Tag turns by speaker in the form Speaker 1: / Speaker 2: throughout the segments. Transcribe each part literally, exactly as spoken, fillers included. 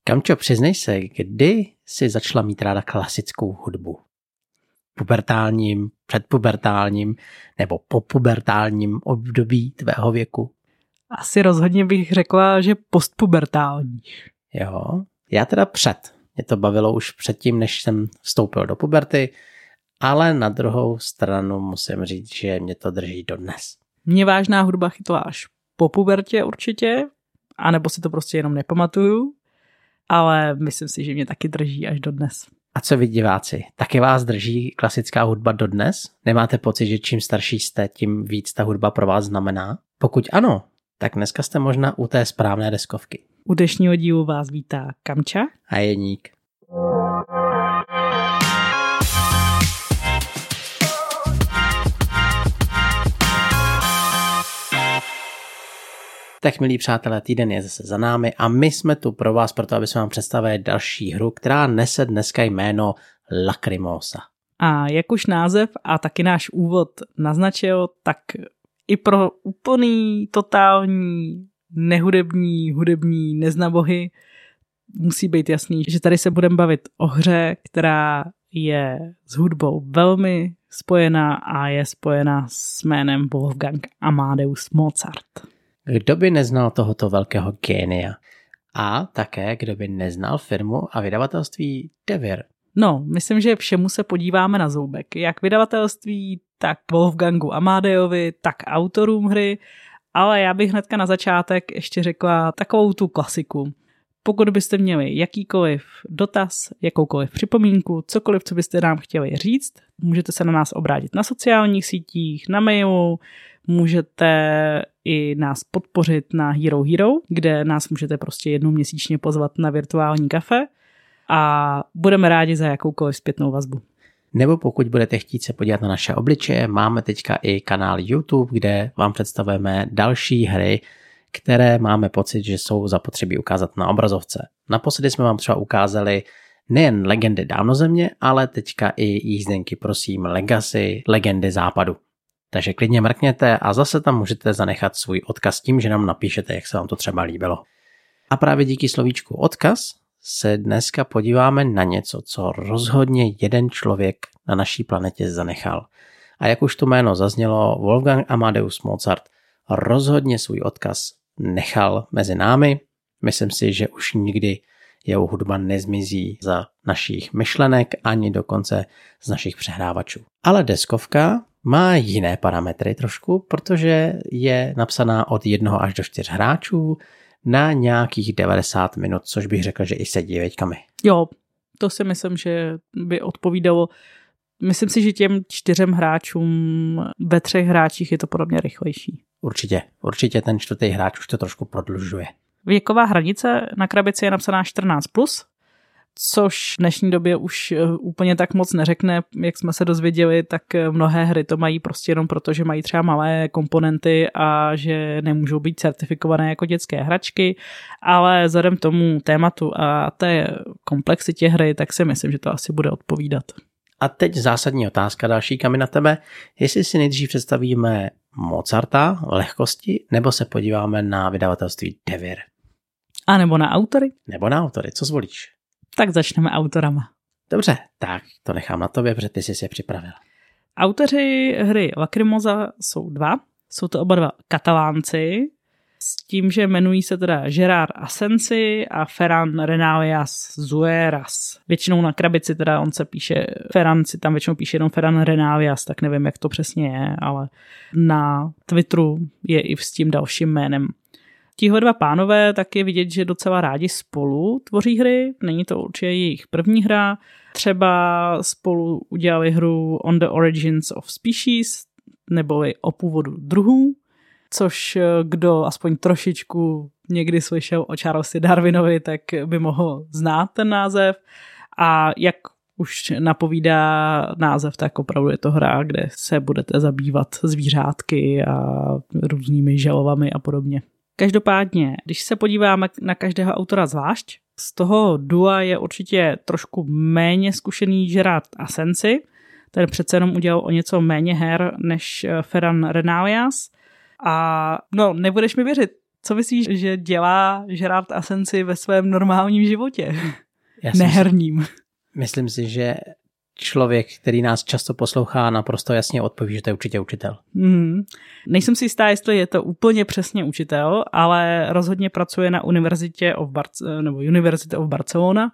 Speaker 1: Kamčo, přiznej se, kdy jsi začala mít ráda klasickou hudbu? Pubertálním, předpubertálním nebo popubertálním období tvého věku?
Speaker 2: Asi rozhodně bych řekla, že postpubertální.
Speaker 1: Jo, já teda před. Mě to bavilo už předtím, než jsem vstoupil do puberty, ale na druhou stranu musím říct, že mě to drží dodnes.
Speaker 2: Mě vážná hudba chytla až po pubertě určitě, anebo si to prostě jenom nepamatuju, ale myslím si, že mě taky drží až dodnes.
Speaker 1: A co vy diváci, taky vás drží klasická hudba dodnes? Nemáte pocit, že čím starší jste, tím víc ta hudba pro vás znamená? Pokud ano, tak dneska jste možná u té správné deskovky.
Speaker 2: U dnešního dílu vás vítá Kamča
Speaker 1: a Jeník. Tak milí přátelé, týden je zase za námi a my jsme tu pro vás, proto aby jsme vám představili další hru, která nese dneska jméno Lacrimosa.
Speaker 2: A jak už název a taky náš úvod naznačil, tak i pro úplný, totální, nehudební, hudební neznabohy musí být jasný, že tady se budeme bavit o hře, která je s hudbou velmi spojená a je spojená s jménem Wolfgang Amadeus Mozart.
Speaker 1: Kdo by neznal tohoto velkého génia? A také, kdo by neznal firmu a vydavatelství Devir?
Speaker 2: No, myslím, že všemu se podíváme na zoubek. Jak vydavatelství, tak Wolfgangu Amadeovi, tak autorům hry, ale já bych hnedka na začátek ještě řekla takovou tu klasiku. Pokud byste měli jakýkoliv dotaz, jakoukoliv připomínku, cokoliv, co byste nám chtěli říct, můžete se na nás obrátit na sociálních sítích, na mailu, můžete i nás podpořit na Hero Hero, kde nás můžete prostě jednou měsíčně pozvat na virtuální kafe a budeme rádi za jakoukoliv zpětnou vazbu.
Speaker 1: Nebo pokud budete chtít se podívat na naše obličeje, máme teďka i kanál YouTube, kde vám představujeme další hry, které máme pocit, že jsou zapotřebí ukázat na obrazovce. Naposledy jsme vám třeba ukázali nejen legendy dávnozemě, ale teďka i jízdenky, prosím, Legacy, legendy západu. Takže klidně mrkněte a zase tam můžete zanechat svůj odkaz tím, že nám napíšete, jak se vám to třeba líbilo. A právě díky slovíčku odkaz se dneska podíváme na něco, co rozhodně jeden člověk na naší planetě zanechal. A jak už to jméno zaznělo, Wolfgang Amadeus Mozart rozhodně svůj odkaz nechal mezi námi. Myslím si, že už nikdy jeho hudba nezmizí za našich myšlenek ani dokonce z našich přehrávačů. Ale deskovka má jiné parametry trošku, protože je napsaná od jednoho až do čtyř hráčů na nějakých devadesát minut, což bych řekl, že i sedí, veďkami.
Speaker 2: Jo, to si myslím, že by odpovídalo. Myslím si, že těm čtyřem hráčům ve třech hráčích je to podobně rychlejší.
Speaker 1: Určitě, určitě ten čtvrtý hráč už to trošku prodlužuje.
Speaker 2: Věková hranice na krabici je napsaná čtrnáct plus, což v dnešní době už úplně tak moc neřekne, jak jsme se dozvěděli, tak mnohé hry to mají prostě jenom proto, že mají třeba malé komponenty a že nemůžou být certifikované jako dětské hračky, ale vzhledem tomu tématu a té komplexitě hry, tak si myslím, že to asi bude odpovídat.
Speaker 1: A teď zásadní otázka další, Kami, na tebe. Jestli si nejdřív představíme Mozarta, lehkosti, nebo se podíváme na vydavatelství Devir?
Speaker 2: A nebo na autory?
Speaker 1: Nebo na autory, co zvolíš?
Speaker 2: Tak začneme autorama.
Speaker 1: Dobře, tak to nechám na tobě, protože ty jsi si je připravil.
Speaker 2: Autoři hry Lacrimosa jsou dva. Jsou to oba dva Katalánci, s tím, že jmenují se teda Gerard Asensi a Ferran Renalias Zueras. Většinou na krabici teda on se píše, Ferran si tam většinou píše jenom Ferran Renalias, tak nevím, jak to přesně je, ale na Twitteru je i s tím dalším jménem. Tihle dva pánové tak je vidět, že docela rádi spolu tvoří hry, není to určitě jejich první hra, třeba spolu udělali hru On the Origins of Species, neboli o původu druhů, což kdo aspoň trošičku někdy slyšel o Charlesi Darwinovi, tak by mohl znát ten název. A jak už napovídá název, tak opravdu je to hra, kde se budete zabývat zvířátky a různými želvami a podobně. Každopádně, když se podíváme na každého autora zvlášť, z toho dua je určitě trošku méně zkušený Gerard Asensi, ten přece jenom udělal o něco méně her než Ferran Renalias. A no, nebudeš mi věřit, Co myslíš, že dělá Gerard Asensi ve svém normálním životě?
Speaker 1: Já
Speaker 2: Neherním.
Speaker 1: Myslím si, že člověk, který nás často poslouchá, naprosto jasně odpoví, že to je určitě učitel.
Speaker 2: Mm. Nejsem si jistá, jestli je to úplně přesně učitel, ale rozhodně pracuje na univerzitě of Bar- nebo University of Barcelona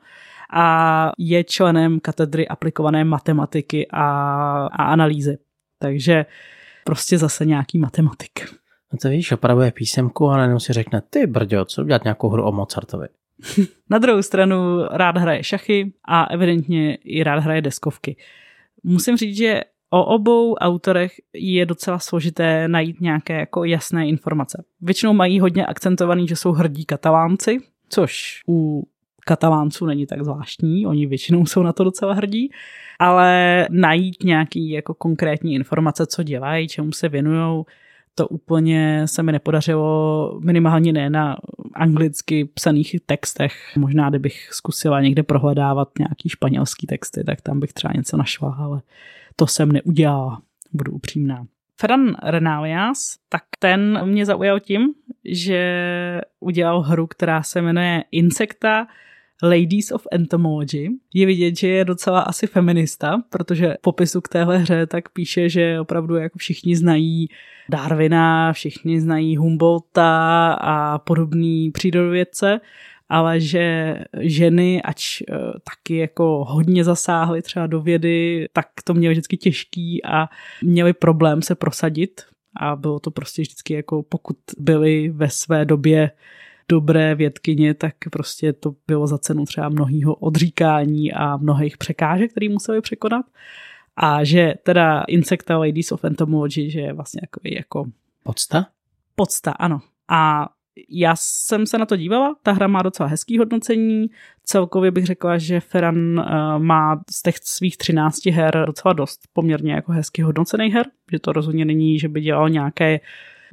Speaker 2: a je členem katedry aplikované matematiky a, a analýzy. Takže prostě zase nějaký matematik.
Speaker 1: No to víš, opravuje písemku a najednou si řekne, ty brďo, co udělat nějakou hru o Mozartovi.
Speaker 2: Na druhou stranu rád hraje šachy a evidentně i rád hraje deskovky. Musím říct, že o obou autorech je docela složité najít nějaké jako jasné informace. Většinou mají hodně akcentovaný, že jsou hrdí Katalánci, což u Katalánců není tak zvláštní, oni většinou jsou na to docela hrdí, ale najít nějaký jako konkrétní informace, co dělají, čemu se věnujou, to úplně se mi nepodařilo, minimálně ne na anglicky psaných textech. Možná, kdybych zkusila někde prohledávat nějaký španělský texty, tak tam bych třeba něco našla, ale to jsem neudělala, budu upřímná. Ferran Renalias, tak ten mě zaujal tím, že udělal hru, která se jmenuje Insecta Ladies of Entomology. Je vidět, že je docela asi feminista, protože v popisu k téhle hře tak píše, že opravdu jako všichni znají Darwina, všichni znají Humboldta a podobný přírodovědce, ale že ženy, ač uh, taky jako hodně zasáhly třeba do vědy, tak to měly vždycky těžký a měli problém se prosadit a bylo to prostě vždycky jako pokud byly ve své době dobré vědkyně, tak prostě to bylo za cenu třeba mnohýho odříkání a mnohých překážek, které museli překonat. A že teda Insecta Ladies of Entomology, že je vlastně takový jako...
Speaker 1: Podsta?
Speaker 2: Podsta, ano. A já jsem se na to dívala, ta hra má docela hezký hodnocení, celkově bych řekla, že Ferran uh, má z těch svých třinácti her docela dost poměrně jako hezky hodnocených her, že to rozhodně není, že by dělal nějaké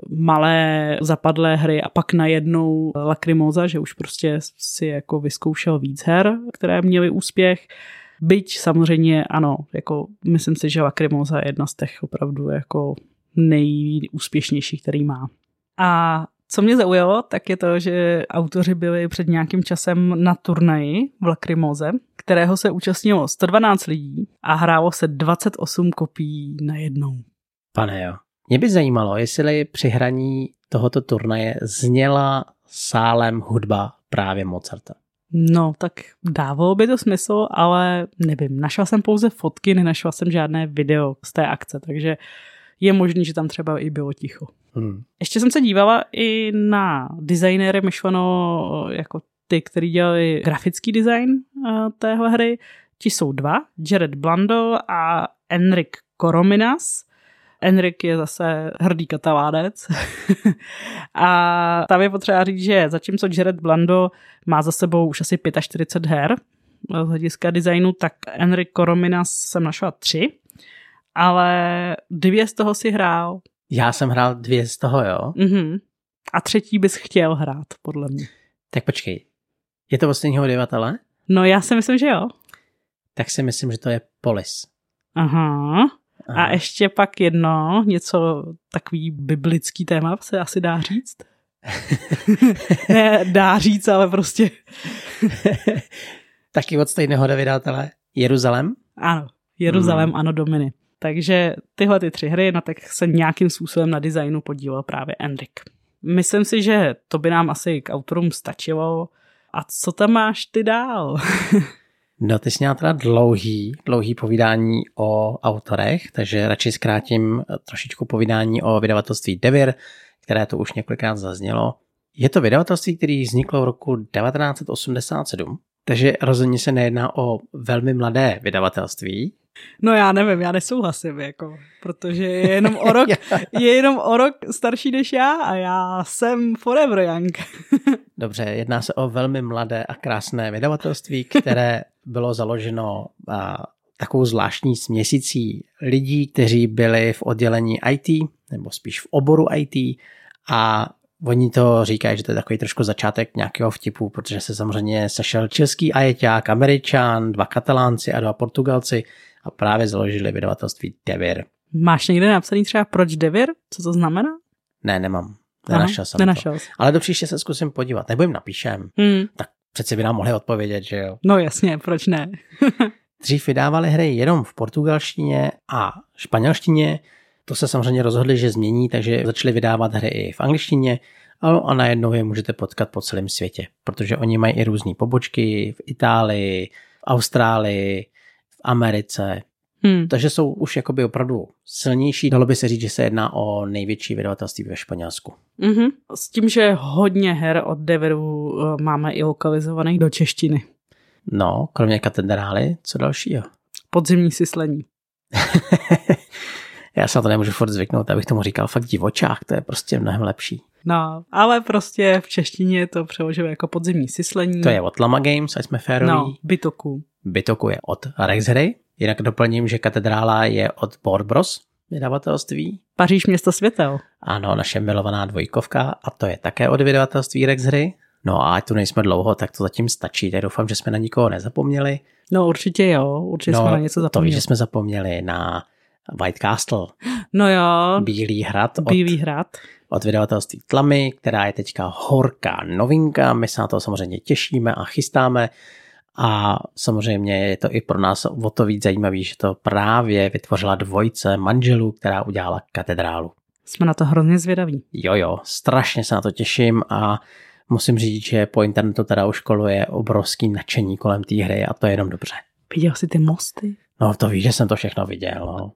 Speaker 2: malé zapadlé hry a pak najednou Lacrimosa, že už prostě si jako vyzkoušel víc her, které měly úspěch. Byť samozřejmě ano, jako myslím si, že Lacrimosa je jedna z těch opravdu jako nejúspěšnějších, který má. A co mě zaujalo, tak je to, že autoři byli před nějakým časem na turnaji v Lacrimose, kterého se účastnilo sto dvanáct lidí a hrálo se dvacet osm kopií najednou.
Speaker 1: Pane jo. Mě by zajímalo, jestli při hraní tohoto turnaje zněla sálem hudba právě Mozarta.
Speaker 2: No, tak dávalo by to smysl, ale nevím. Našla jsem pouze fotky, nenašla jsem žádné video z té akce, takže je možný, že tam třeba i bylo ticho. Hmm. Ještě jsem se dívala i na designéry, myšleno jako ty, kteří dělali grafický design uh, téhle hry. Ti jsou dva, Jared Blando a Enric Corominas. Enric je zase hrdý Katalánec. A tam je potřeba říct, že zatímco Jared Blando má za sebou už asi čtyřicet pět her z hlediska designu, tak Enric Corominas jsem našla tři, ale dvě z toho si hrál.
Speaker 1: Já jsem hrál dvě z toho, jo?
Speaker 2: Mm-hmm. A třetí bys chtěl hrát, podle mě.
Speaker 1: Tak počkej, je to od stejného vydavatele?
Speaker 2: No já si myslím, že jo.
Speaker 1: Tak si myslím, že to je Polis.
Speaker 2: Aha. Aha. A ještě pak jedno, něco takový biblický téma se asi dá říct. Ne, dá říct, ale prostě.
Speaker 1: Taky od stejného vydavatele. Jeruzalém?
Speaker 2: Ano, Jeruzalém, hmm. ano, Dominy. Takže tyhle ty tři hry, na tak se nějakým způsobem na designu podílel právě Enric. Myslím si, že to by nám asi k autorům stačilo. A co tam máš ty dál?
Speaker 1: No, ty jsi měla teda dlouhý, dlouhý povídání o autorech, takže radši zkrátím trošičku povídání o vydavatelství Devir, které to už několikrát zaznělo. Je to vydavatelství, které vzniklo v roku devatenáct set osmdesát sedm, takže rozhodně se nejedná o velmi mladé vydavatelství.
Speaker 2: No já nevím, já nesouhlasím, jako, protože je jenom o rok, je jenom o rok starší než já a já jsem forever young.
Speaker 1: Dobře, jedná se o velmi mladé a krásné vydavatelství, které bylo založeno a, takovou zvláštní směsicí lidí, kteří byli v oddělení í té, nebo spíš v oboru í té, a oni to říkají, že to je takový trošku začátek nějakého vtipu, protože se samozřejmě sešel český ajeťák, Američan, dva Katalánci a dva Portugalci a právě založili vydavatelství Devir.
Speaker 2: Máš někde napsaný třeba proč Devir? Co to znamená?
Speaker 1: Ne, nemám. Nenašel jsem
Speaker 2: nenašel
Speaker 1: to.
Speaker 2: Jsi.
Speaker 1: Ale do příště se zkusím podívat. Nebo jim napíšem.
Speaker 2: Hmm.
Speaker 1: Tak přece by nám mohli odpovědět, že jo?
Speaker 2: No jasně, proč ne?
Speaker 1: Dřív vydávali hry jenom v portugalštině a španělštině. To se samozřejmě rozhodli, že změní, takže začali vydávat hry i v angličtině. A najednou je můžete potkat po celém světě, protože oni mají i různé pobočky v Itálii, v Austrálii, v Americe. Hmm. Takže jsou už jakoby opravdu silnější. Dalo by se říct, že se jedná o největší vydavatelství ve Španělsku.
Speaker 2: Mm-hmm. S tím, že hodně her od Deveru máme i lokalizovaných do češtiny.
Speaker 1: No, kromě Katedrály, co dalšího?
Speaker 2: Podzimní syslení.
Speaker 1: Já se na to nemůžu furt zvyknout, abych tomu říkal fakt divočák, to je prostě mnohem lepší.
Speaker 2: No, ale prostě v češtině to přeložíme jako podzimní syslení.
Speaker 1: To je od Lama Games, ať jsme féroví.
Speaker 2: No, Bitoku. Bitoku
Speaker 1: je od Rex Hry. Jinak doplním, že Katedrála je od Board Bros. Vydavatelství.
Speaker 2: Paříž město světel.
Speaker 1: Ano, naše milovaná dvojkovka a to je také od vydavatelství Rex Hry. No a ať tu nejsme dlouho, tak to zatím stačí. Tak doufám, že jsme na nikoho nezapomněli.
Speaker 2: No určitě jo, určitě no, jsme na něco zapomněli.
Speaker 1: To víš, že jsme zapomněli na White Castle.
Speaker 2: No jo.
Speaker 1: Bílý hrad.
Speaker 2: Bílý
Speaker 1: od,
Speaker 2: hrad.
Speaker 1: Od vydavatelství Tlamy, která je teďka horká novinka. My se na to samozřejmě těšíme a chystáme. A samozřejmě je to i pro nás o to víc zajímavý, že to právě vytvořila dvojice manželů, která udělala Katedrálu.
Speaker 2: Jsme na to hrozně zvědaví.
Speaker 1: Jo, jo, strašně se na to těším a musím říct, že po internetu teda už koluje obrovský nadšení kolem té hry a to je jenom dobře.
Speaker 2: Viděl jsi ty mosty?
Speaker 1: No to víš, že jsem to všechno viděl. No,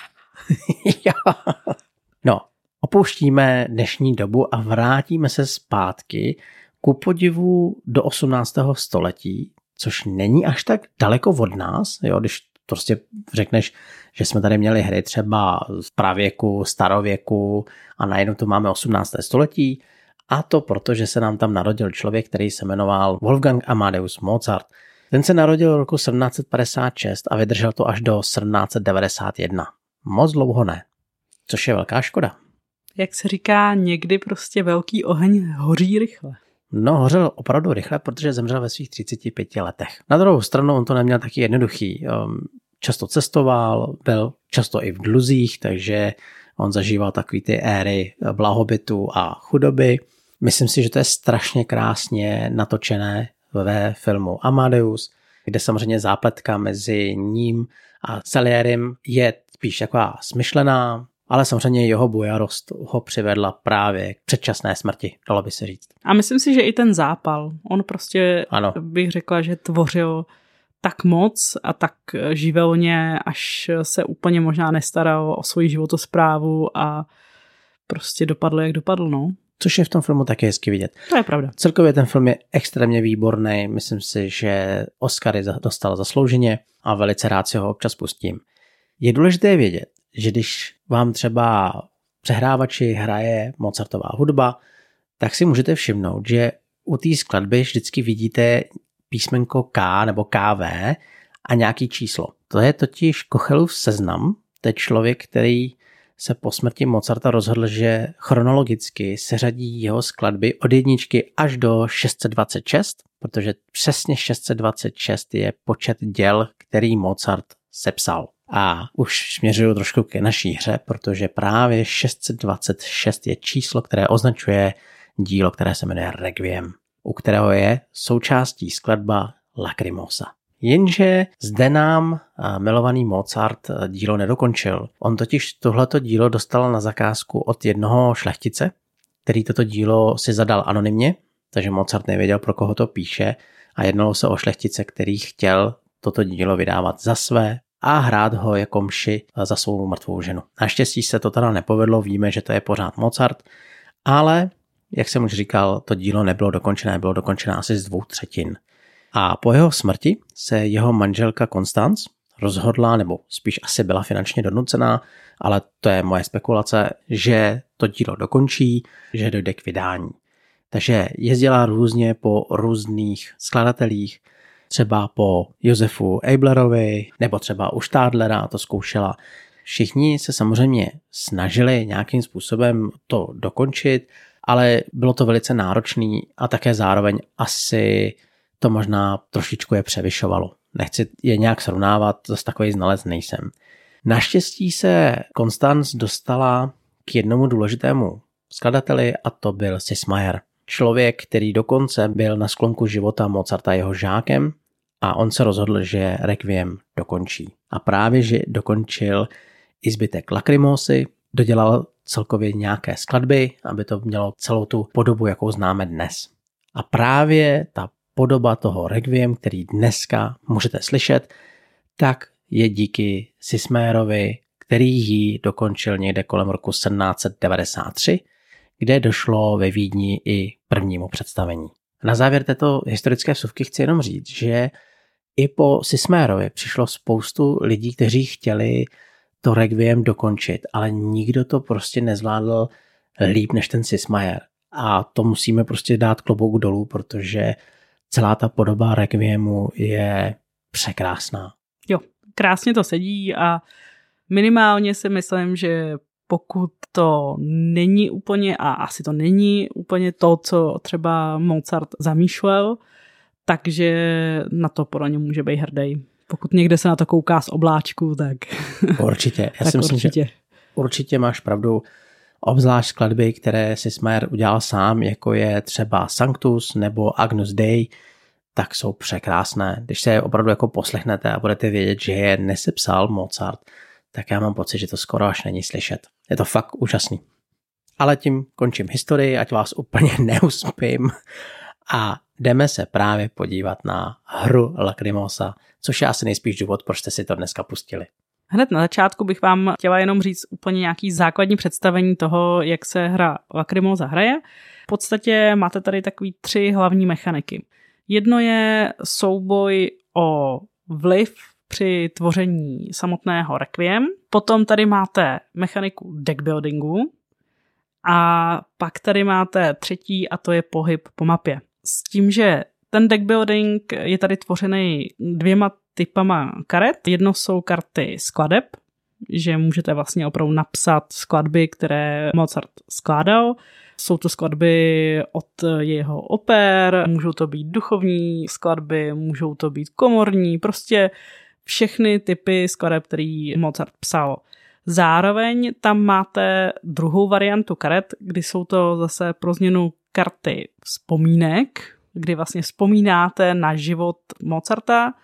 Speaker 1: no opouštíme dnešní dobu a vrátíme se zpátky ku podivu do osmnáctého století, což není až tak daleko od nás, jo, když prostě řekneš, že jsme tady měli hry třeba z pravěku, starověku a najednou tu máme osmnácté století a to proto, že se nám tam narodil člověk, který se jmenoval Wolfgang Amadeus Mozart. Ten se narodil roku sedmnáct set padesát šest a vydržel to až do sedmnáct set devadesát jedna. Moc dlouho ne, což je velká škoda.
Speaker 2: Jak se říká, někdy prostě velký oheň hoří rychle.
Speaker 1: No, hořel opravdu rychle, protože zemřel ve svých třiceti pěti letech. Na druhou stranu on to neměl taky jednoduchý. Často cestoval, byl často i v dluzích, takže on zažíval takový ty éry blahobytu a chudoby. Myslím si, že to je strašně krásně natočené ve filmu Amadeus, kde samozřejmě zápletka mezi ním a Salierem je spíš taková smyšlená, ale samozřejmě jeho bujarost ho přivedla právě k předčasné smrti, dalo by se říct.
Speaker 2: A myslím si, že i ten zápal, on prostě, ano. bych řekla, že tvořil tak moc a tak živelně, až se úplně možná nestaral o svoji životosprávu a prostě dopadl, jak dopadl, no.
Speaker 1: Což je v tom filmu také hezky vidět.
Speaker 2: To je pravda.
Speaker 1: Celkově ten film je extrémně výborný, myslím si, že Oscary dostal zaslouženě a velice rád si ho občas pustím. Je důležité vědět, že když vám třeba přehrávači hraje Mozartová hudba, tak si můžete všimnout, že u té skladby vždycky vidíte písmenko K nebo K V a nějaký číslo. To je totiž Kochelův seznam, to je člověk, který se po smrti Mozarta rozhodl, že chronologicky seřadí jeho skladby od jedničky až do šest set dvacet šest, protože přesně šest set dvacet šest je počet děl, který Mozart sepsal. A už směřuju trošku ke naší hře, protože právě šest set dvacet šest je číslo, které označuje dílo, které se jmenuje Requiem, u kterého je součástí skladba Lacrimosa. Jenže zde nám milovaný Mozart dílo nedokončil. On totiž tohleto dílo dostal na zakázku od jednoho šlechtice, který toto dílo si zadal anonymně, takže Mozart nevěděl, pro koho to píše a jednalo se o šlechtice, který chtěl toto dílo vydávat za své a hrát ho jako mši za svou mrtvou ženu. Naštěstí se to teda nepovedlo, víme, že to je pořád Mozart, ale jak jsem už říkal, to dílo nebylo dokončené, bylo dokončené asi z dvou třetin. A po jeho smrti se jeho manželka Constance rozhodla, nebo spíš asi byla finančně donucená, ale to je moje spekulace, že to dílo dokončí, že dojde k vydání. Takže jezdila různě po různých skladatelích, třeba po Josefu Eiblerovi, nebo třeba u Stadlera to zkoušela. Všichni se samozřejmě snažili nějakým způsobem to dokončit, ale bylo to velice náročný a také zároveň asi to možná trošičku je převyšovalo. Nechci je nějak srovnávat, zase takový znalec nejsem. Naštěstí se Constance dostala k jednomu důležitému skladateli a to byl Sismayer. Člověk, který dokonce byl na sklonku života Mozarta jeho žákem a on se rozhodl, že Requiem dokončí. A právě, že dokončil i zbytek Lacrimosy, dodělal celkově nějaké skladby, aby to mělo celou tu podobu, jakou známe dnes. A právě ta podoba toho Requiem, který dneska můžete slyšet, tak je díky Sismayerovi, který ji dokončil někde kolem roku sedmnáct set devadesát tři, kde došlo ve Vídni i prvnímu představení. Na závěr této historické vsuvky chci jenom říct, že i po Sismayerovi přišlo spoustu lidí, kteří chtěli to Requiem dokončit, ale nikdo to prostě nezvládl líp než ten Sismayer. A to musíme prostě dát klobouk dolů, protože celá ta podoba Requiemu je překrásná.
Speaker 2: Jo, krásně to sedí a minimálně si myslím, že pokud to není úplně, a asi to není úplně to, co třeba Mozart zamýšlel, takže na to podle něj může být hrdý. Pokud někde se na to kouká z obláčku, tak
Speaker 1: určitě. Já
Speaker 2: tak
Speaker 1: si myslím,
Speaker 2: určitě.
Speaker 1: že určitě máš pravdu. Obzvlášť skladby, které Sismayer udělal sám, jako je třeba Sanctus nebo Agnus Dei, tak jsou překrásné. Když se je opravdu jako poslechnete a budete vědět, že je nesepsal Mozart, tak já mám pocit, že to skoro až není slyšet. Je to fakt úžasný. Ale tím končím historii, ať vás úplně neuspím. A jdeme se právě podívat na hru Lacrimosa, což je asi nejspíš důvod, proč jste si to dneska pustili.
Speaker 2: Hned na začátku bych vám chtěla jenom říct úplně nějaký základní představení toho, jak se hra Lacrimosa hraje. V podstatě máte tady takový tři hlavní mechaniky. Jedno je souboj o vliv při tvoření samotného Requiem. Potom tady máte mechaniku deckbuildingu a pak tady máte třetí a to je pohyb po mapě. S tím, že ten deckbuilding je tady tvořený dvěma typama karet. Jedno jsou karty skladeb, že můžete vlastně opravdu napsat skladby, které Mozart skládal. Jsou to skladby od jeho oper, můžou to být duchovní skladby, můžou to být komorní, prostě všechny typy skladeb, který Mozart psal. Zároveň tam máte druhou variantu karet, kdy jsou to zase pro změnu karty vzpomínek, kdy vlastně vzpomínáte na život Mozarta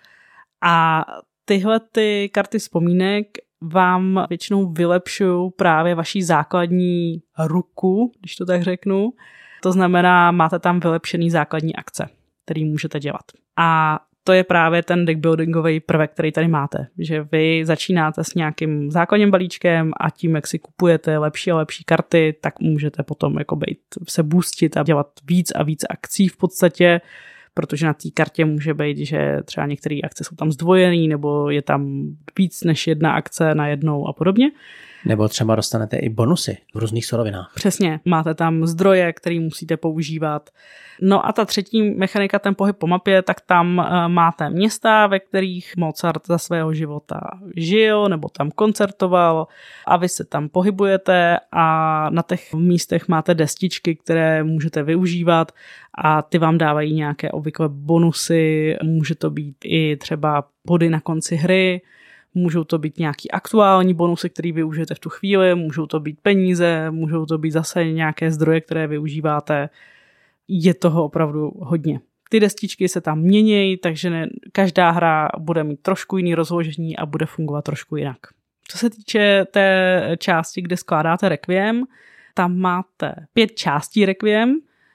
Speaker 2: a tyhle ty karty vzpomínek vám většinou vylepšují právě vaší základní ruku, když to tak řeknu. To znamená, máte tam vylepšený základní akce, který můžete dělat. A to je právě ten deckbuildingový prvek, který tady máte. Že vy začínáte s nějakým základním balíčkem a tím, jak si kupujete lepší a lepší karty, tak můžete potom jako být, se boostit a dělat víc a víc akcí v podstatě, protože na té kartě může být, že třeba některé akce jsou tam zdvojený, nebo je tam víc než jedna akce na jednou a podobně.
Speaker 1: Nebo třeba dostanete i bonusy v různých surovinách.
Speaker 2: Přesně, máte tam zdroje, které musíte používat. No a ta třetí mechanika, ten pohyb po mapě, tak tam máte města, ve kterých Mozart za svého života žil nebo tam koncertoval a vy se tam pohybujete a na těch místech máte destičky, které můžete využívat a ty vám dávají nějaké obvykle bonusy, může to být i třeba body na konci hry, můžou to být nějaký aktuální bonusy, které využijete v tu chvíli, můžou to být peníze, můžou to být zase nějaké zdroje, které využíváte. Je toho opravdu hodně. Ty destičky se tam mění, takže ne, každá hra bude mít trošku jiný rozložení a bude fungovat trošku jinak. Co se týče té části, kde skládáte Requiem, tam máte pět částí Requiem,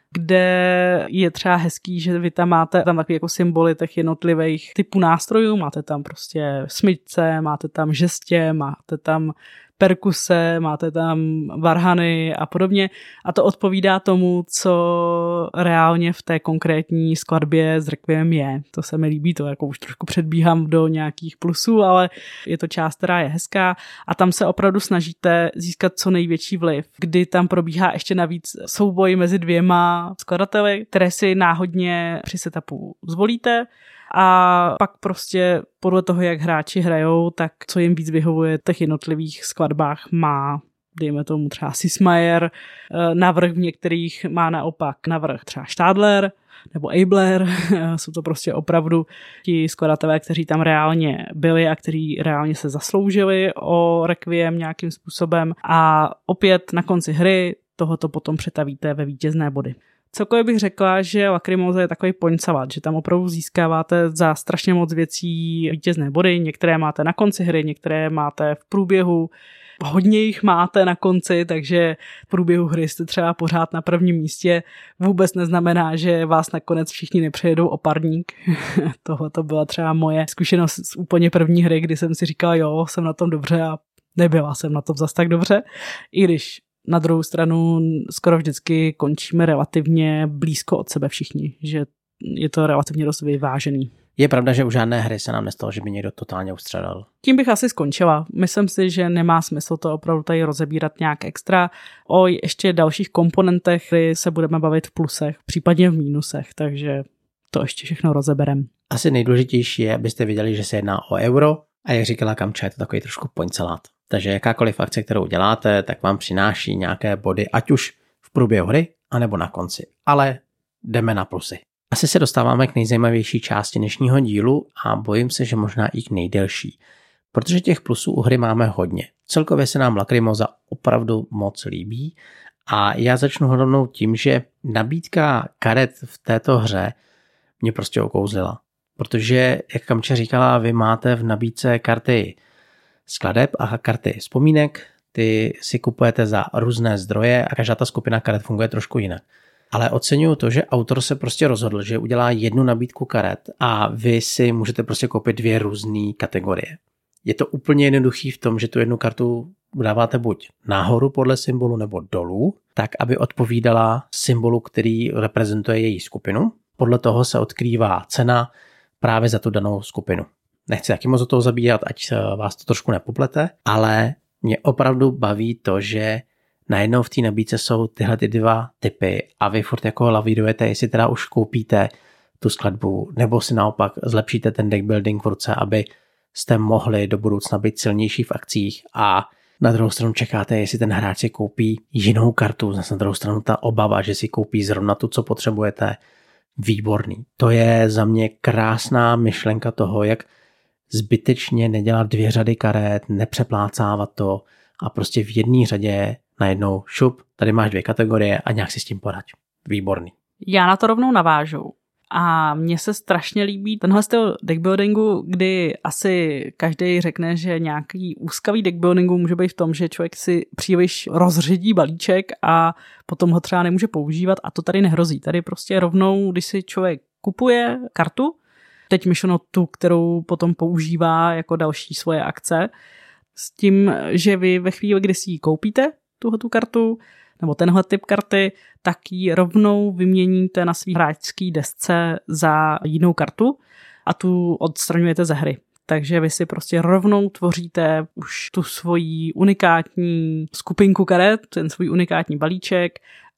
Speaker 2: kde je třeba hezký, že vy tam máte tam takový jako symboly těch jednotlivých typů nástrojů, máte tam prostě smyčce, máte tam žestě, máte tam perkuse, máte tam varhany a podobně a to odpovídá tomu, co reálně v té konkrétní skladbě s Requiem je. To se mi líbí, to jako už trošku předbíhám do nějakých plusů, ale je to část, která je hezká a tam se opravdu snažíte získat co největší vliv, kdy tam probíhá ještě navíc souboj mezi dvěma skladateli, které si náhodně při setupu zvolíte. A pak prostě podle toho, jak hráči hrajou, tak co jim víc vyhovuje v těch jednotlivých skladbách má, dejme tomu třeba Sismayer, navrch v některých má naopak navrch třeba Stadler nebo Abler, jsou to prostě opravdu ti skladatelé, kteří tam reálně byli a kteří reálně se zasloužili o Requiem nějakým způsobem a opět na konci hry tohoto potom přetavíte ve vítězné body. Celkově bych řekla, že Lacrimosa je takový point salad, že tam opravdu získáváte za strašně moc věcí vítězné body, některé máte na konci hry, některé máte v průběhu, hodně jich máte na konci, takže v průběhu hry jste třeba pořád na prvním místě, vůbec neznamená, že vás nakonec všichni nepřejedou o parník. Tohle to byla třeba moje zkušenost z úplně první hry, kdy jsem si říkala, jo, jsem na tom dobře a nebyla jsem na tom zas tak dobře, i když na druhou stranu skoro vždycky končíme relativně blízko od sebe všichni, že je to relativně dost vyvážený.
Speaker 1: Je pravda, že u žádné hry se nám nestalo, že by někdo totálně ustřelil.
Speaker 2: Tím bych asi skončila. Myslím si, že nemá smysl to opravdu tady rozebírat nějak extra. O ještě dalších komponentech hry se budeme bavit v plusech, případně v mínusech, takže to ještě všechno rozeberem.
Speaker 1: Asi nejdůležitější je, abyste viděli, že se jedná o euro a jak říkala Kamča, je to takový trošku point salad. Takže jakákoliv akce, kterou děláte, tak vám přináší nějaké body, ať už v průběhu hry, anebo na konci. Ale jdeme na plusy. Asi se dostáváme k nejzajímavější části dnešního dílu a bojím se, že možná i k nejdelší. Protože těch plusů u hry máme hodně. Celkově se nám Lacrimosa opravdu moc líbí a já začnu rovnou tím, že nabídka karet v této hře mě prostě okouzlila. Protože, jak Kamča říkala, vy máte v nabídce karty skladeb a karty vzpomínek, ty si kupujete za různé zdroje a každá ta skupina karet funguje trošku jinak. Ale oceňuju to, že autor se prostě rozhodl, že udělá jednu nabídku karet a vy si můžete prostě koupit dvě různé kategorie. Je to úplně jednoduchý v tom, že tu jednu kartu dáváte buď nahoru podle symbolu nebo dolů, tak aby odpovídala symbolu, který reprezentuje její skupinu. Podle toho se odkrývá cena právě za tu danou skupinu. Nechci taky moc o toho zabírat, ať vás to trošku nepoplete, ale mě opravdu baví to, že najednou v té nabídce jsou tyhle ty dva typy a vy furt jako lavírujete, jestli teda už koupíte tu skladbu, nebo si naopak zlepšíte ten deck building v ruce, aby jste mohli do budoucna být silnější v akcích a na druhou stranu čekáte, jestli ten hráč si koupí jinou kartu, na druhou stranu ta obava, že si koupí zrovna tu, co potřebujete, výborný. To je za mě krásná myšlenka toho, jak zbytečně nedělat dvě řady karet, nepřeplácávat to a prostě v jedné řadě najednou šup, tady máš dvě kategorie a nějak si s tím poraď. Výborný.
Speaker 2: Já na to rovnou navážu. A mně se strašně líbí tenhle styl deckbuildingu, kdy asi každý řekne, že nějaký úskavý deckbuildingu může být v tom, že člověk si příliš rozředí balíček a potom ho třeba nemůže používat a to tady nehrozí. Tady prostě rovnou, když si člověk kupuje kartu, teď myšleno tu, kterou potom používá jako další svoje akce, s tím, že vy ve chvíli, kdy si ji koupíte, tuhletu kartu, nebo tenhle typ karty, tak ji rovnou vyměníte na svý hráčský desce za jinou kartu a tu odstraňujete ze hry. Takže vy si prostě rovnou tvoříte už tu svoji unikátní skupinku karet, ten svůj unikátní balíček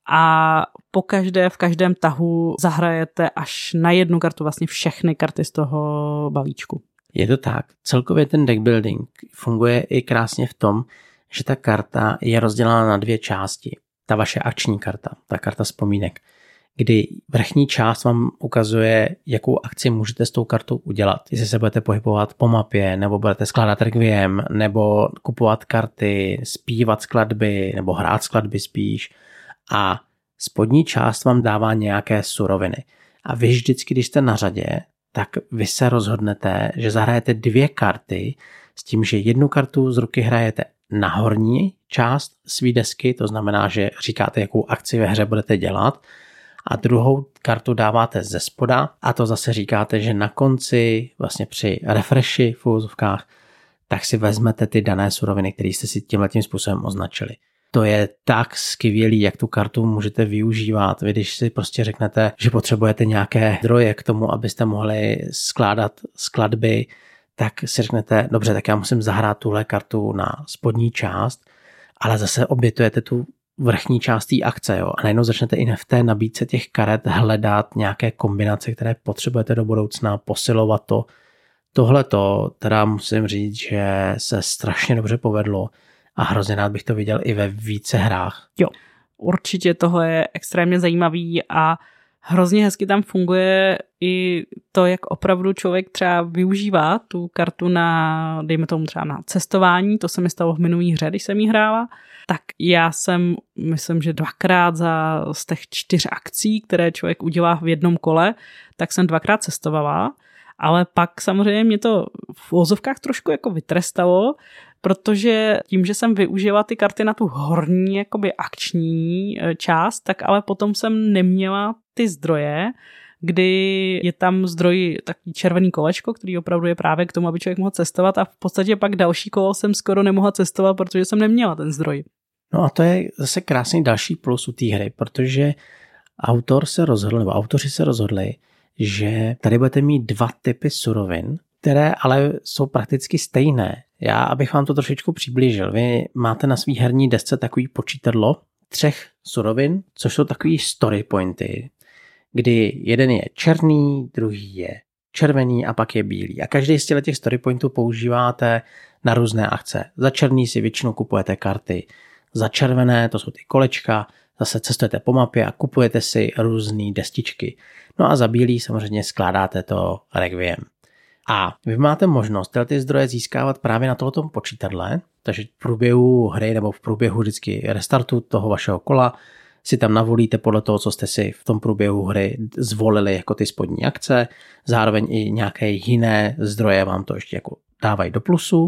Speaker 2: a pokaždé v každém tahu zahrajete až na jednu kartu vlastně všechny karty z toho balíčku.
Speaker 1: Je to tak. Celkově ten deck building funguje i krásně v tom, že ta karta je rozdělána na dvě části. Ta vaše akční karta, ta karta vzpomínek, kdy vrchní část vám ukazuje, jakou akci můžete s tou kartou udělat. Jestli se budete pohybovat po mapě, nebo budete skládat requiem, nebo kupovat karty, zpívat skladby, nebo hrát skladby spíš. A spodní část vám dává nějaké suroviny. A vy vždycky, když jste na řadě, tak vy se rozhodnete, že zahrajete dvě karty s tím, že jednu kartu z ruky hrajete na horní část svý desky, to znamená, že říkáte, jakou akci ve hře budete dělat, a druhou kartu dáváte ze spoda a to zase říkáte, že na konci, vlastně při refreshi v úvozovkách, tak si vezmete ty dané suroviny, které jste si tímhletím způsobem označili. To je tak skvělý, jak tu kartu můžete využívat. Vy když si prostě řeknete, že potřebujete nějaké zdroje k tomu, abyste mohli skládat skladby, tak si řeknete, dobře, tak já musím zahrát tuhle kartu na spodní část, ale zase obětujete tu vrchní část té akce, jo? A najednou začnete i v té nabídce těch karet hledat nějaké kombinace, které potřebujete do budoucna, posilovat to. Tohle to teda musím říct, že se strašně dobře povedlo a hrozně rád bych to viděl i ve více hrách.
Speaker 2: Jo, určitě tohle je extrémně zajímavý a Hrozně hezky tam funguje i to, jak opravdu člověk třeba využívá tu kartu na, dejme tomu třeba na cestování, to se mi stalo v minulý hře, když jsem jí hrála, tak já jsem, myslím, že dvakrát za z těch čtyř akcí, které člověk udělá v jednom kole, tak jsem dvakrát cestovala, ale pak samozřejmě mě to v uvozovkách trošku jako vytrestalo, protože tím, že jsem využila ty karty na tu horní jakoby akční část, tak ale potom jsem neměla ty zdroje, kdy je tam zdroj takový červený kolečko, který opravdu je právě k tomu, aby člověk mohl cestovat a v podstatě pak další kolo jsem skoro nemohla cestovat, protože jsem neměla ten zdroj.
Speaker 1: No a to je zase krásný další plus u té hry, protože autor se rozhodl, nebo autoři se rozhodli, že tady budete mít dva typy surovin, které ale jsou prakticky stejné. Já, abych vám to trošičku přiblížil, vy máte na svý herní desce takový počítadlo třech surovin, což jsou takový story pointy, kdy jeden je černý, druhý je červený a pak je bílý. A každý z těch story pointů používáte na různé akce. Za černý si většinou kupujete karty, za červené, to jsou ty kolečka, zase cestujete po mapě a kupujete si různé destičky. No a za bílý samozřejmě skládáte to Requiem. A vy máte možnost tyhle ty zdroje získávat právě na tohoto počítadle, takže v průběhu hry nebo v průběhu vždycky restartu toho vašeho kola si tam navolíte podle toho, co jste si v tom průběhu hry zvolili jako ty spodní akce, zároveň i nějaké jiné zdroje vám to ještě jako dávají do plusu,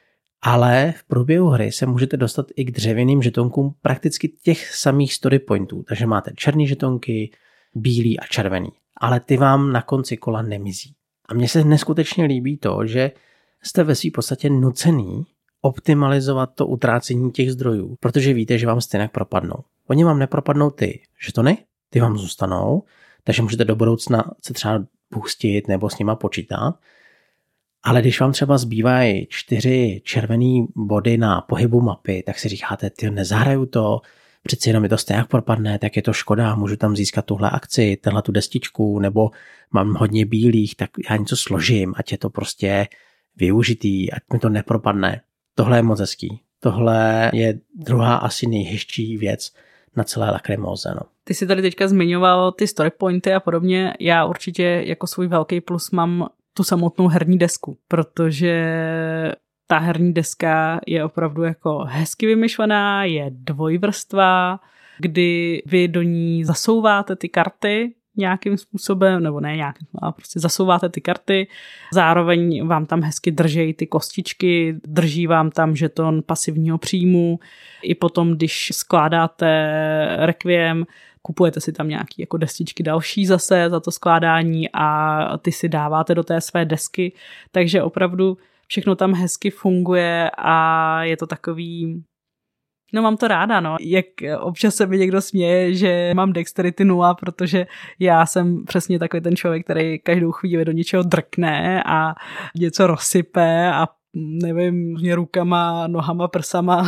Speaker 1: ale v průběhu hry se můžete dostat i k dřevěným žetonkům prakticky těch samých story pointů, takže máte černý žetonky, bílý a červený, ale ty vám na konci kola nemizí. A mně se neskutečně líbí to, že jste ve svým podstatě nucený optimalizovat to utrácení těch zdrojů, protože víte, že vám stejně propadnou. Oni vám nepropadnou ty žetony, ty vám zůstanou, takže můžete do budoucna se třeba pustit nebo s nima počítat. Ale když vám třeba zbývají čtyři červený body na pohybu mapy, tak si říkáte, ty nezahraju to, přeci jenom mi to stejně propadne, tak je to škoda, můžu tam získat tuhle akci, tenhle tu destičku, nebo mám hodně bílých, tak já něco složím, ať je to prostě využitý, ať mi to nepropadne. Tohle je moc hezký. Tohle je druhá asi nejhezčí věc na celé Lacrimoze. No.
Speaker 2: Ty jsi tady teďka zmiňoval ty story pointy a podobně. Já určitě jako svůj velký plus mám tu samotnou herní desku, protože ta herní deska je opravdu jako hezky vymyšlená, je dvojvrstva, kdy vy do ní zasouváte ty karty nějakým způsobem, nebo ne nějakým, ale prostě zasouváte ty karty, zároveň vám tam hezky drží ty kostičky, drží vám tam žeton pasivního příjmu, i potom, když skládáte Requiem, kupujete si tam nějaký jako destičky další zase za to skládání a ty si dáváte do té své desky, takže opravdu všechno tam hezky funguje a je to takový, no mám to ráda, no. Jak občas se mi někdo směje, že mám dexterity nula, protože já jsem přesně takový ten člověk, který každou chvíli do něčeho drkne a něco rozsype a nevím, mě rukama, nohama, prsama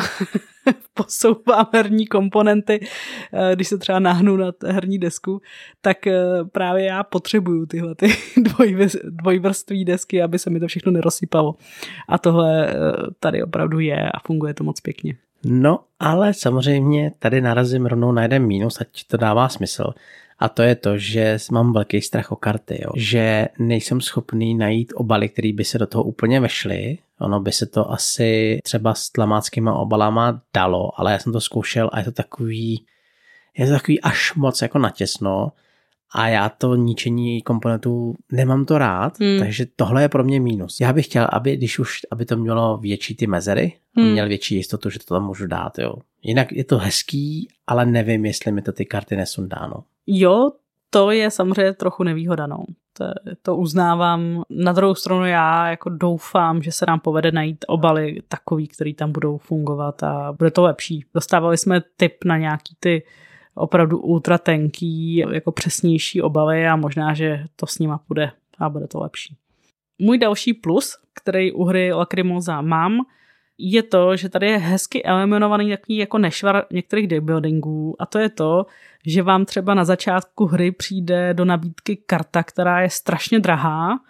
Speaker 2: posouvám herní komponenty, když se třeba náhnu na herní desku, tak právě já potřebuju tyhle ty dvojvrství desky, aby se mi to všechno nerozsypalo. A tohle tady opravdu je a funguje to moc pěkně.
Speaker 1: No, ale samozřejmě tady narazím rovnou na jeden mínus, ať to dává smysl. A to je to, že mám velký strach o karty, jo. Že nejsem schopný najít obaly, které by se do toho úplně vešly. Ono by se to asi třeba s tlamáckýma obalama dalo, ale já jsem to zkoušel a je to takový, je to takový až moc jako natěsno a já to ničení komponentů nemám to rád, hmm. takže tohle je pro mě mínus. Já bych chtěl, aby když už, aby to mělo větší ty mezery, hmm. měl větší jistotu, že to tam můžu dát, jo. Jinak je to hezký, ale nevím, jestli mi to ty karty nesundáno.
Speaker 2: Jo, to je samozřejmě trochu nevýhoda, no. To, to uznávám. Na druhou stranu já jako doufám, že se nám povede najít obaly takový, který tam budou fungovat a bude to lepší. Dostávali jsme tip na nějaký ty opravdu ultra tenký, jako přesnější obaly a možná, že to s nima půjde a bude to lepší. Můj další plus, který u hry Lacrimosa mám, je to, že tady je hezky eliminovaný takový jako nešvar některých deckbuildingů a to je to, že vám třeba na začátku hry přijde do nabídky karta, která je strašně drahá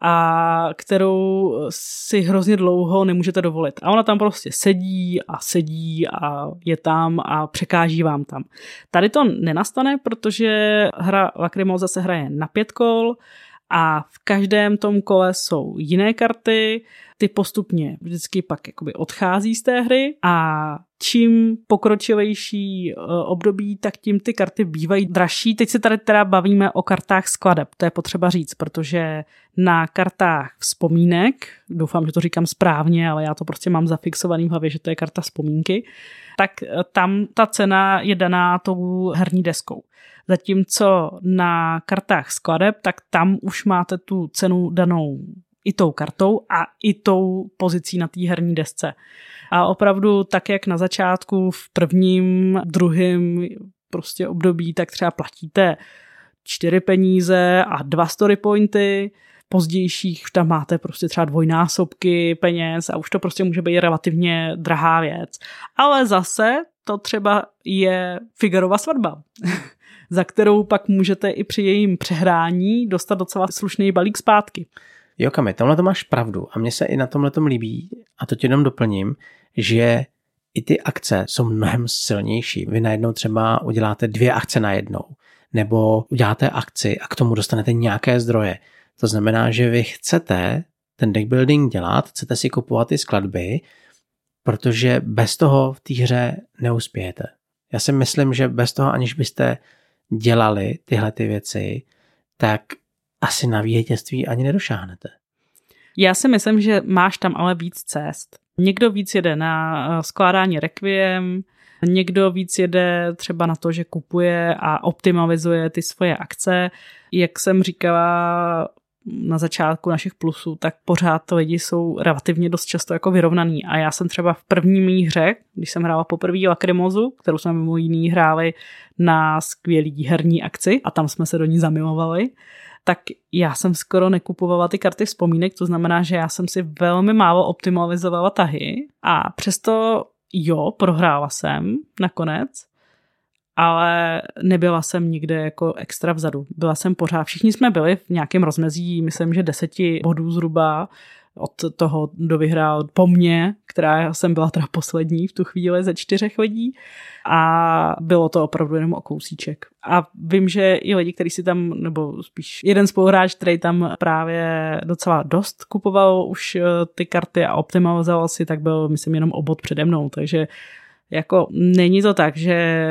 Speaker 2: a kterou si hrozně dlouho nemůžete dovolit. A ona tam prostě sedí a sedí a je tam a překáží vám tam. Tady to nenastane, protože hra Lacrimosa se hraje na pět kol a v každém tom kole jsou jiné karty, ty postupně vždycky pak jakoby odchází z té hry a čím pokročilejší období, tak tím ty karty bývají dražší. Teď se tady teda bavíme o kartách skladeb, to je potřeba říct, protože na kartách vzpomínek, doufám, že to říkám správně, ale já to prostě mám zafixovaný v hlavě, že to je karta vzpomínky, tak tam ta cena je daná tou herní deskou. Zatímco na kartách skladeb, tak tam už máte tu cenu danou i tou kartou a i tou pozicí na té herní desce. A opravdu tak, jak na začátku v prvním, druhém prostě období, tak třeba platíte čtyři peníze a dva story pointy, pozdějších tam máte prostě třeba dvojnásobky peněz a už to prostě může být relativně drahá věc. Ale zase to třeba je Figarova svatba, za kterou pak můžete i při jejím přehrání dostat docela slušný balík zpátky.
Speaker 1: Jo, Kami, tomhle to máš pravdu a mně se i na tomhle tom líbí, a to ti jenom doplním, že i ty akce jsou mnohem silnější. Vy najednou třeba uděláte dvě akce najednou, nebo uděláte akci a k tomu dostanete nějaké zdroje. To znamená, že vy chcete ten deck building dělat, chcete si kupovat ty skladby, protože bez toho v té hře neuspějete. Já si myslím, že bez toho, aniž byste dělali tyhle ty věci, tak asi na vítězství ani nedošáhnete.
Speaker 2: Já si myslím, že máš tam ale víc cest. Někdo víc jede na skládání Requiem, někdo víc jede třeba na to, že kupuje a optimalizuje ty svoje akce. Jak jsem říkala na začátku našich plusů, tak pořád lidi jsou relativně dost často jako vyrovnaný. A já jsem třeba v první mý hře, když jsem hrála poprvé Lacrimosu, kterou jsme mimo jiný hráli na skvělý herní akci a tam jsme se do ní zamilovali, tak já jsem skoro nekupovala ty karty vzpomínek, to znamená, že já jsem si velmi málo optimalizovala tahy a přesto jo, prohrála jsem nakonec, ale nebyla jsem nikde jako extra vzadu. Byla jsem pořád, všichni jsme byli v nějakém rozmezí, myslím, že deseti bodů zhruba od toho, kdo vyhrál po mně, která jsem byla teda poslední v tu chvíli ze čtyřech lidí a bylo to opravdu jenom o kousíček. A vím, že i lidi, kteří si tam, nebo spíš jeden spoluhráč, který tam právě docela dost kupoval už ty karty a optimalizoval si, tak byl, myslím, jenom o bod přede mnou, takže jako není to tak, že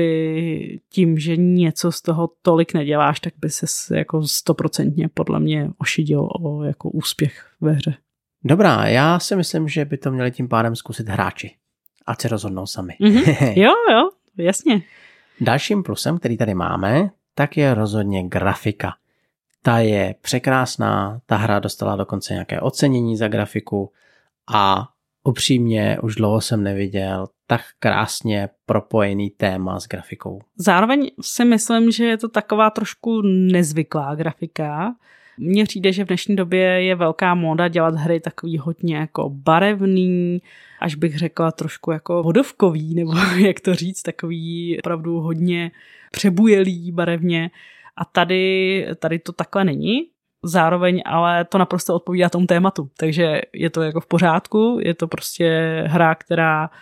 Speaker 2: by tím, že něco z toho tolik neděláš, tak by ses jako stoprocentně podle mě ošidil o jako úspěch ve hře.
Speaker 1: Dobrá, já si myslím, že by to měli tím pádem zkusit hráči. Ať se rozhodnou sami.
Speaker 2: Mm-hmm. Jo, jo, jasně.
Speaker 1: Dalším plusem, který tady máme, tak je rozhodně grafika. Ta je překrásná, ta hra dostala dokonce nějaké ocenění za grafiku a upřímně už dlouho jsem neviděl tak krásně propojený téma s grafikou.
Speaker 2: Zároveň si myslím, že je to taková trošku nezvyklá grafika. Mně přijde, že v dnešní době je velká móda dělat hry takový hodně jako barevný, až bych řekla trošku jako vodovkový, nebo jak to říct, takový opravdu hodně přebujelý barevně. A tady, tady to takhle není. Zároveň ale to naprosto odpovídá tomu tématu. Takže je to jako v pořádku, je to prostě hra, která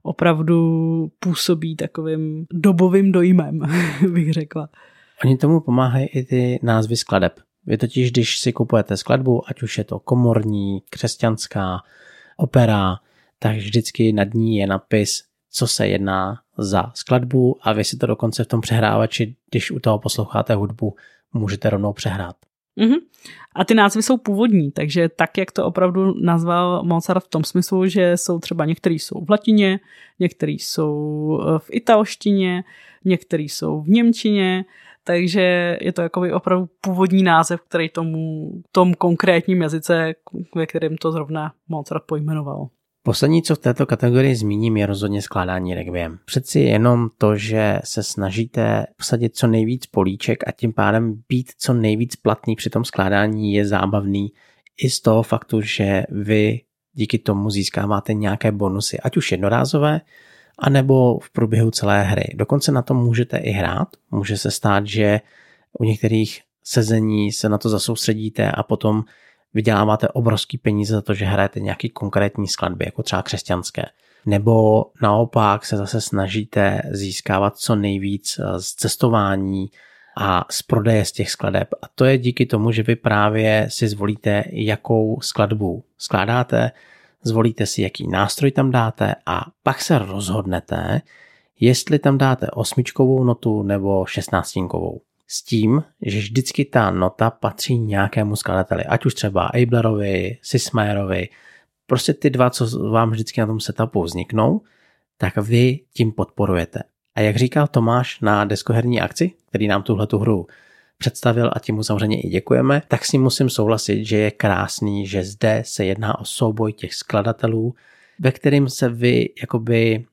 Speaker 2: opravdu působí takovým dobovým dojmem, bych řekla.
Speaker 1: Oni tomu pomáhají i ty názvy skladeb. Vy totiž, když si kupujete skladbu, ať už je to komorní, křesťanská, opera, tak vždycky nad ní je napis, co se jedná za skladbu a vy si to dokonce v tom přehrávači, když u toho posloucháte hudbu, můžete rovnou přehrát.
Speaker 2: Mm-hmm. A ty názvy jsou původní, takže tak, jak to opravdu nazval Mozart v tom smyslu, že jsou třeba některý jsou v latině, některý jsou v italštině, některý jsou v němčině, takže je to jako opravdu původní název, který tomu tom konkrétním jazyce, ve kterém to zrovna Mozart pojmenoval.
Speaker 1: Poslední, co v této kategorii zmíním, je rozhodně skládání Requiem. Přeci jenom to, že se snažíte vsadit co nejvíc políček a tím pádem být co nejvíc platný při tom skládání je zábavný i z toho faktu, že vy díky tomu získáváte nějaké bonusy, ať už jednorázové, anebo v průběhu celé hry. Dokonce na to můžete i hrát. Může se stát, že u některých sezení se na to zasoustředíte a potom vyděláváte obrovský peníze za to, že hrajete nějaký konkrétní skladby, jako třeba křesťanské. Nebo naopak se zase snažíte získávat co nejvíc z cestování a z prodeje z těch skladeb. A to je díky tomu, že vy právě si zvolíte, jakou skladbu skládáte, zvolíte si, jaký nástroj tam dáte a pak se rozhodnete, jestli tam dáte osmičkovou notu nebo šestnáctinkovou. S tím, že vždycky ta nota patří nějakému skladateli, ať už třeba Ablerovi, Sismayerovi, prostě ty dva, co vám vždycky na tom setupu vzniknou, tak vy tím podporujete. A jak říkal Tomáš na deskoherní akci, který nám tuhletu hru představil a tím mu samozřejmě i děkujeme, tak s ním musím souhlasit, že je krásný, že zde se jedná o souboj těch skladatelů, ve kterým se vy jakoby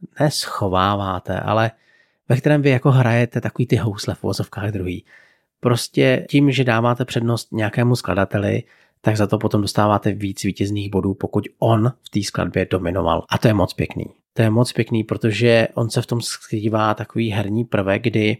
Speaker 1: neschováváte, ale ve kterém vy jako hrajete takový ty housle v uvozovkách druhý. Prostě tím, že dáváte přednost nějakému skladateli, tak za to potom dostáváte víc vítězných bodů, pokud on v té skladbě dominoval. A to je moc pěkný. To je moc pěkný, protože on se v tom skrývá takový herní prvek, kdy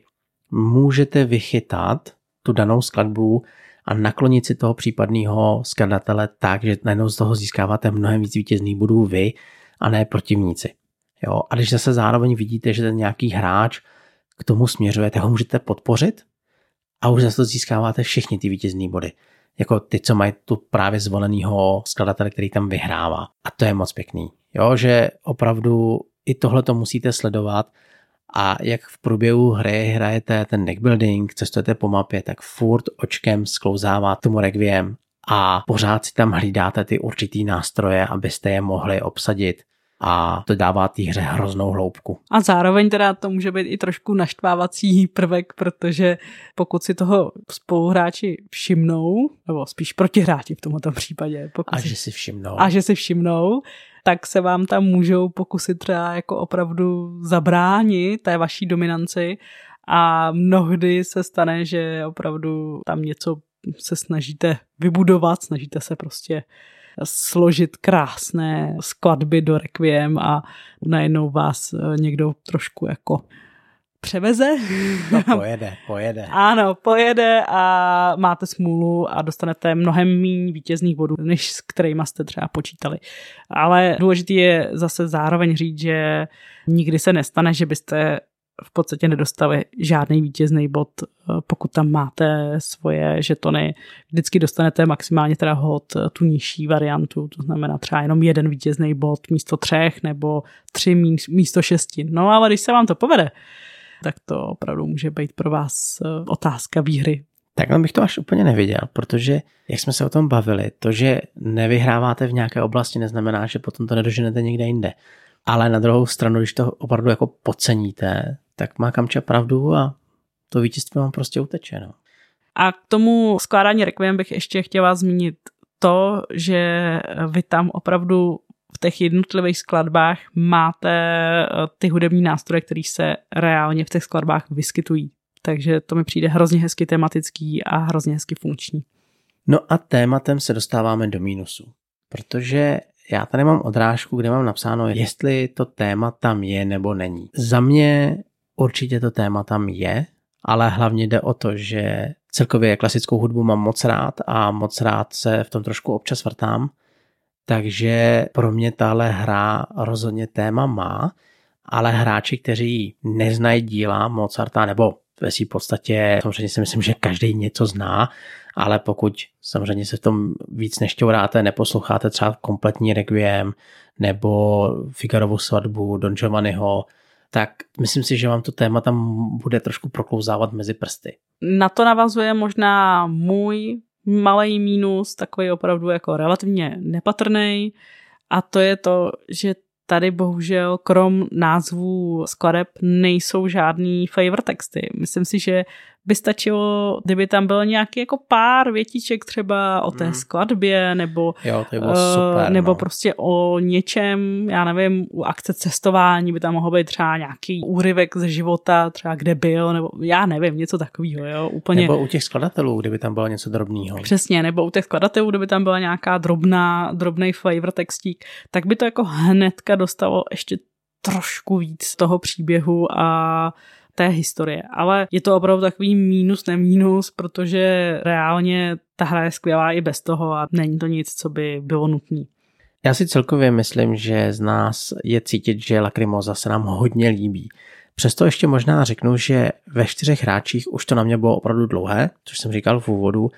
Speaker 1: můžete vychytat tu danou skladbu a naklonit si toho případného skladatele tak, že najednou z toho získáváte mnohem víc vítězných bodů vy a ne protivníci. Jo? A když zase zároveň vidíte, že ten nějaký hráč k tomu směřuje, tak ho můžete podpořit a už zase to získáváte všichni ty vítězný body. Jako ty, co mají tu právě zvolenýho skladatele, který tam vyhrává. A to je moc pěkný. Jo, že opravdu i tohle to musíte sledovat a jak v průběhu hry hrajete ten deckbuilding, cestujete po mapě, tak furt očkem sklouzává tomu Requiem a pořád si tam hlídáte ty určitý nástroje, abyste je mohli obsadit. A to dává té hře hroznou hloubku.
Speaker 2: A zároveň teda to může být i trošku naštvávací prvek, protože pokud si toho spoluhráči všimnou, nebo spíš protihráči v tomto případě.
Speaker 1: A
Speaker 2: si,
Speaker 1: že si všimnou.
Speaker 2: A že si všimnou, tak se vám tam můžou pokusit třeba jako opravdu zabránit té vaší dominanci a mnohdy se stane, že opravdu tam něco se snažíte vybudovat, snažíte se prostě složit krásné skladby do Requiem a najednou vás někdo trošku jako převeze.
Speaker 1: No pojede, pojede.
Speaker 2: Ano, pojede a máte smůlu a dostanete mnohem méně vítězných bodů, než s kterýma jste třeba počítali. Ale důležité je zase zároveň říct, že nikdy se nestane, že byste v podstatě nedostali žádný vítězný bod, pokud tam máte svoje žetony. Vždycky dostanete maximálně teda hod tu nižší variantu, to znamená třeba jenom jeden vítězný bod místo třech nebo tři místo šesti. No ale když se vám to povede, tak to opravdu může být pro vás otázka výhry.
Speaker 1: Takhle bych to až úplně neviděl, protože jak jsme se o tom bavili, to, že nevyhráváte v nějaké oblasti, neznamená, že potom to nedoženete někde jinde. Ale na druhou stranu, když to opravdu jako podceníte, tak má Kamča pravdu a to vítězství vám prostě uteče. No.
Speaker 2: A k tomu skládání Requiem bych ještě chtěla zmínit to, že vy tam opravdu v těch jednotlivých skladbách máte ty hudební nástroje, které se reálně v těch skladbách vyskytují. Takže to mi přijde hrozně hezky tematický a hrozně hezky funkční.
Speaker 1: No a tématem se dostáváme do mínusu, protože já tady mám odrážku, kde mám napsáno, jestli to téma tam je nebo není. Za mě určitě to téma tam je, ale hlavně jde o to, že celkově klasickou hudbu mám moc rád a moc rád se v tom trošku občas vrtám, takže pro mě tahle hra rozhodně téma má, ale hráči, kteří neznají díla Mozarta, nebo ve své podstatě samozřejmě si myslím, že každý něco zná, ale pokud samozřejmě se v tom víc nešťouráte, neposloucháte třeba kompletní Requiem nebo Figarovu svatbu Don Giovanniho, tak myslím si, že vám to téma tam bude trošku proklouzávat mezi prsty.
Speaker 2: Na to navazuje možná můj malý mínus, takový opravdu jako relativně nepatrný, a to je to, že tady bohužel krom názvů skladeb nejsou žádný flavor texty. Myslím si, že by stačilo, kdyby tam byl nějaký jako pár větiček třeba o té mm. skladbě, nebo,
Speaker 1: jo, to bylo super,
Speaker 2: nebo
Speaker 1: no.
Speaker 2: prostě o něčem, já nevím, u akce cestování by tam mohl být třeba nějaký úryvek ze života, třeba kde byl, nebo já nevím, něco takového, jo, úplně.
Speaker 1: Nebo u těch skladatelů, kdyby tam bylo něco drobného.
Speaker 2: Přesně, nebo u těch skladatelů, kdyby tam byla nějaká drobná, drobnej flavor textík, tak by to jako hnedka dostalo ještě trošku víc toho příběhu a té historie. Ale je to opravdu takový mínus, nemínus, protože reálně ta hra je skvělá i bez toho a není to nic, co by bylo nutné.
Speaker 1: Já si celkově myslím, že z nás je cítit, že Lacrimosa se nám hodně líbí. Přesto ještě možná řeknu, že ve čtyřech hráčích už to na mě bylo opravdu dlouhé, což jsem říkal v úvodu,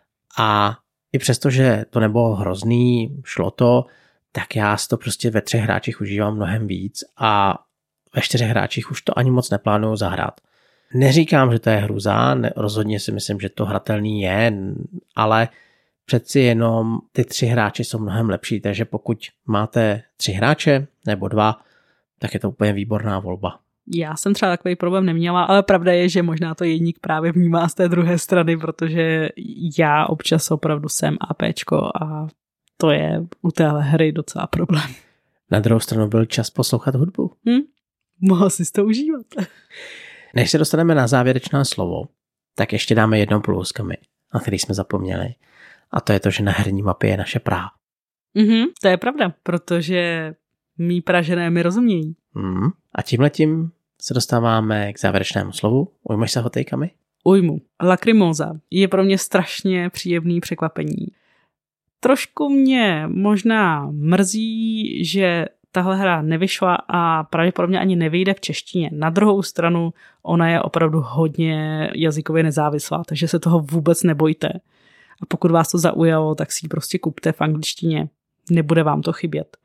Speaker 1: a i přesto, že to nebylo hrozný, šlo to, tak já si to prostě ve třech hráčích užívám mnohem víc a ve čtyřech hráčích už to ani moc neplánuju zahrát. Neříkám, že to je hruza, ne, rozhodně si myslím, že to hratelný je, ale přeci jenom ty tři hráči jsou mnohem lepší, takže pokud máte tři hráče nebo dva, tak je to úplně výborná volba.
Speaker 2: Já jsem třeba takový problém neměla, ale pravda je, že možná to jedník právě vnímá z té druhé strany, protože já občas opravdu jsem APčko a to je u téhle hry docela problém.
Speaker 1: Na druhou stranu byl čas poslouchat hudbu.
Speaker 2: Hm? Mohl si to užívat.
Speaker 1: Než se dostaneme na závěrečné slovo, tak ještě dáme jednou pluskami, na který jsme zapomněli. A to je to, že na herní mapě je naše Praha.
Speaker 2: Mhm, to je pravda, protože mý Pražené mi rozumějí.
Speaker 1: Hmm. A tímhletím se dostáváme k závěrečnému slovu. Ujmeš se ho tejkami?
Speaker 2: Ujmu. Lacrimosa je pro mě strašně příjemný překvapení. Trošku mě možná mrzí, že tahle hra nevyšla a pravděpodobně ani nevyjde v češtině. Na druhou stranu ona je opravdu hodně jazykově nezávislá, takže se toho vůbec nebojte. A pokud vás to zaujalo, tak si ji prostě kupte v angličtině. Nebude vám to chybět.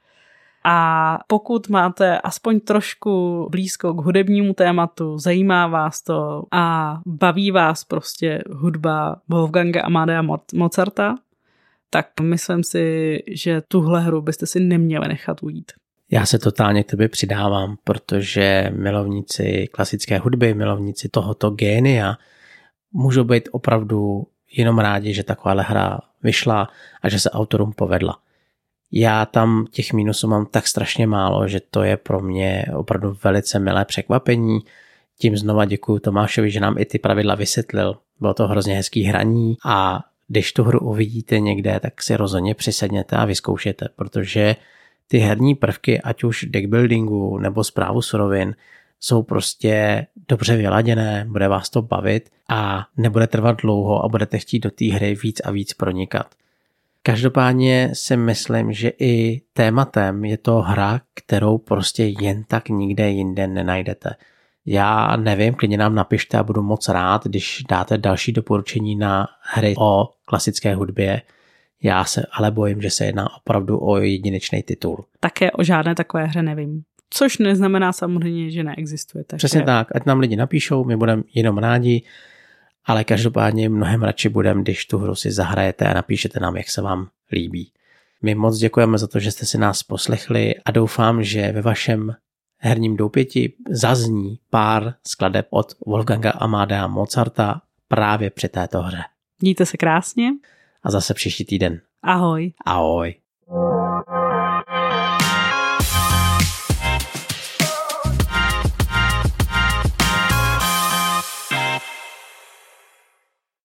Speaker 2: A pokud máte aspoň trošku blízko k hudebnímu tématu, zajímá vás to a baví vás prostě hudba Wolfganga Amadea Mozarta, tak myslím si, že tuhle hru byste si neměli nechat ujít.
Speaker 1: Já se totálně k tebe přidávám, protože milovníci klasické hudby, milovníci tohoto génia můžou být opravdu jenom rádi, že takováhle hra vyšla a že se autorům povedla. Já tam těch mínusů mám tak strašně málo, že to je pro mě opravdu velice milé překvapení. Tím znova děkuju Tomášovi, že nám i ty pravidla vysvětlil. Bylo to hrozně hezký hraní a když tu hru uvidíte někde, tak si rozhodně přisedněte a vyzkoušete, protože ty herní prvky, ať už deckbuildingu nebo správu surovin, jsou prostě dobře vyladěné, bude vás to bavit a nebude trvat dlouho a budete chtít do té hry víc a víc pronikat. Každopádně si myslím, že i tématem je to hra, kterou prostě jen tak nikde jinde nenajdete. Já nevím, klidně nám napište a budu moc rád, když dáte další doporučení na hry o klasické hudbě. Já se ale bojím, že se jedná opravdu o jedinečný titul.
Speaker 2: Také o žádné takové hře nevím. Což neznamená samozřejmě, že neexistuje. Takže...
Speaker 1: Přesně tak, ať nám lidi napíšou, my budeme jenom rádi, ale každopádně mnohem radši budeme, když tu hru si zahrajete a napíšete nám, jak se vám líbí. My moc děkujeme za to, že jste si nás poslechli a doufám, že ve vašem herním doupěti zazní pár skladeb od Wolfganga Amadea Mozarta právě při této hře.
Speaker 2: Mějte se krásně.
Speaker 1: A zase příští týden.
Speaker 2: Ahoj.
Speaker 1: Ahoj.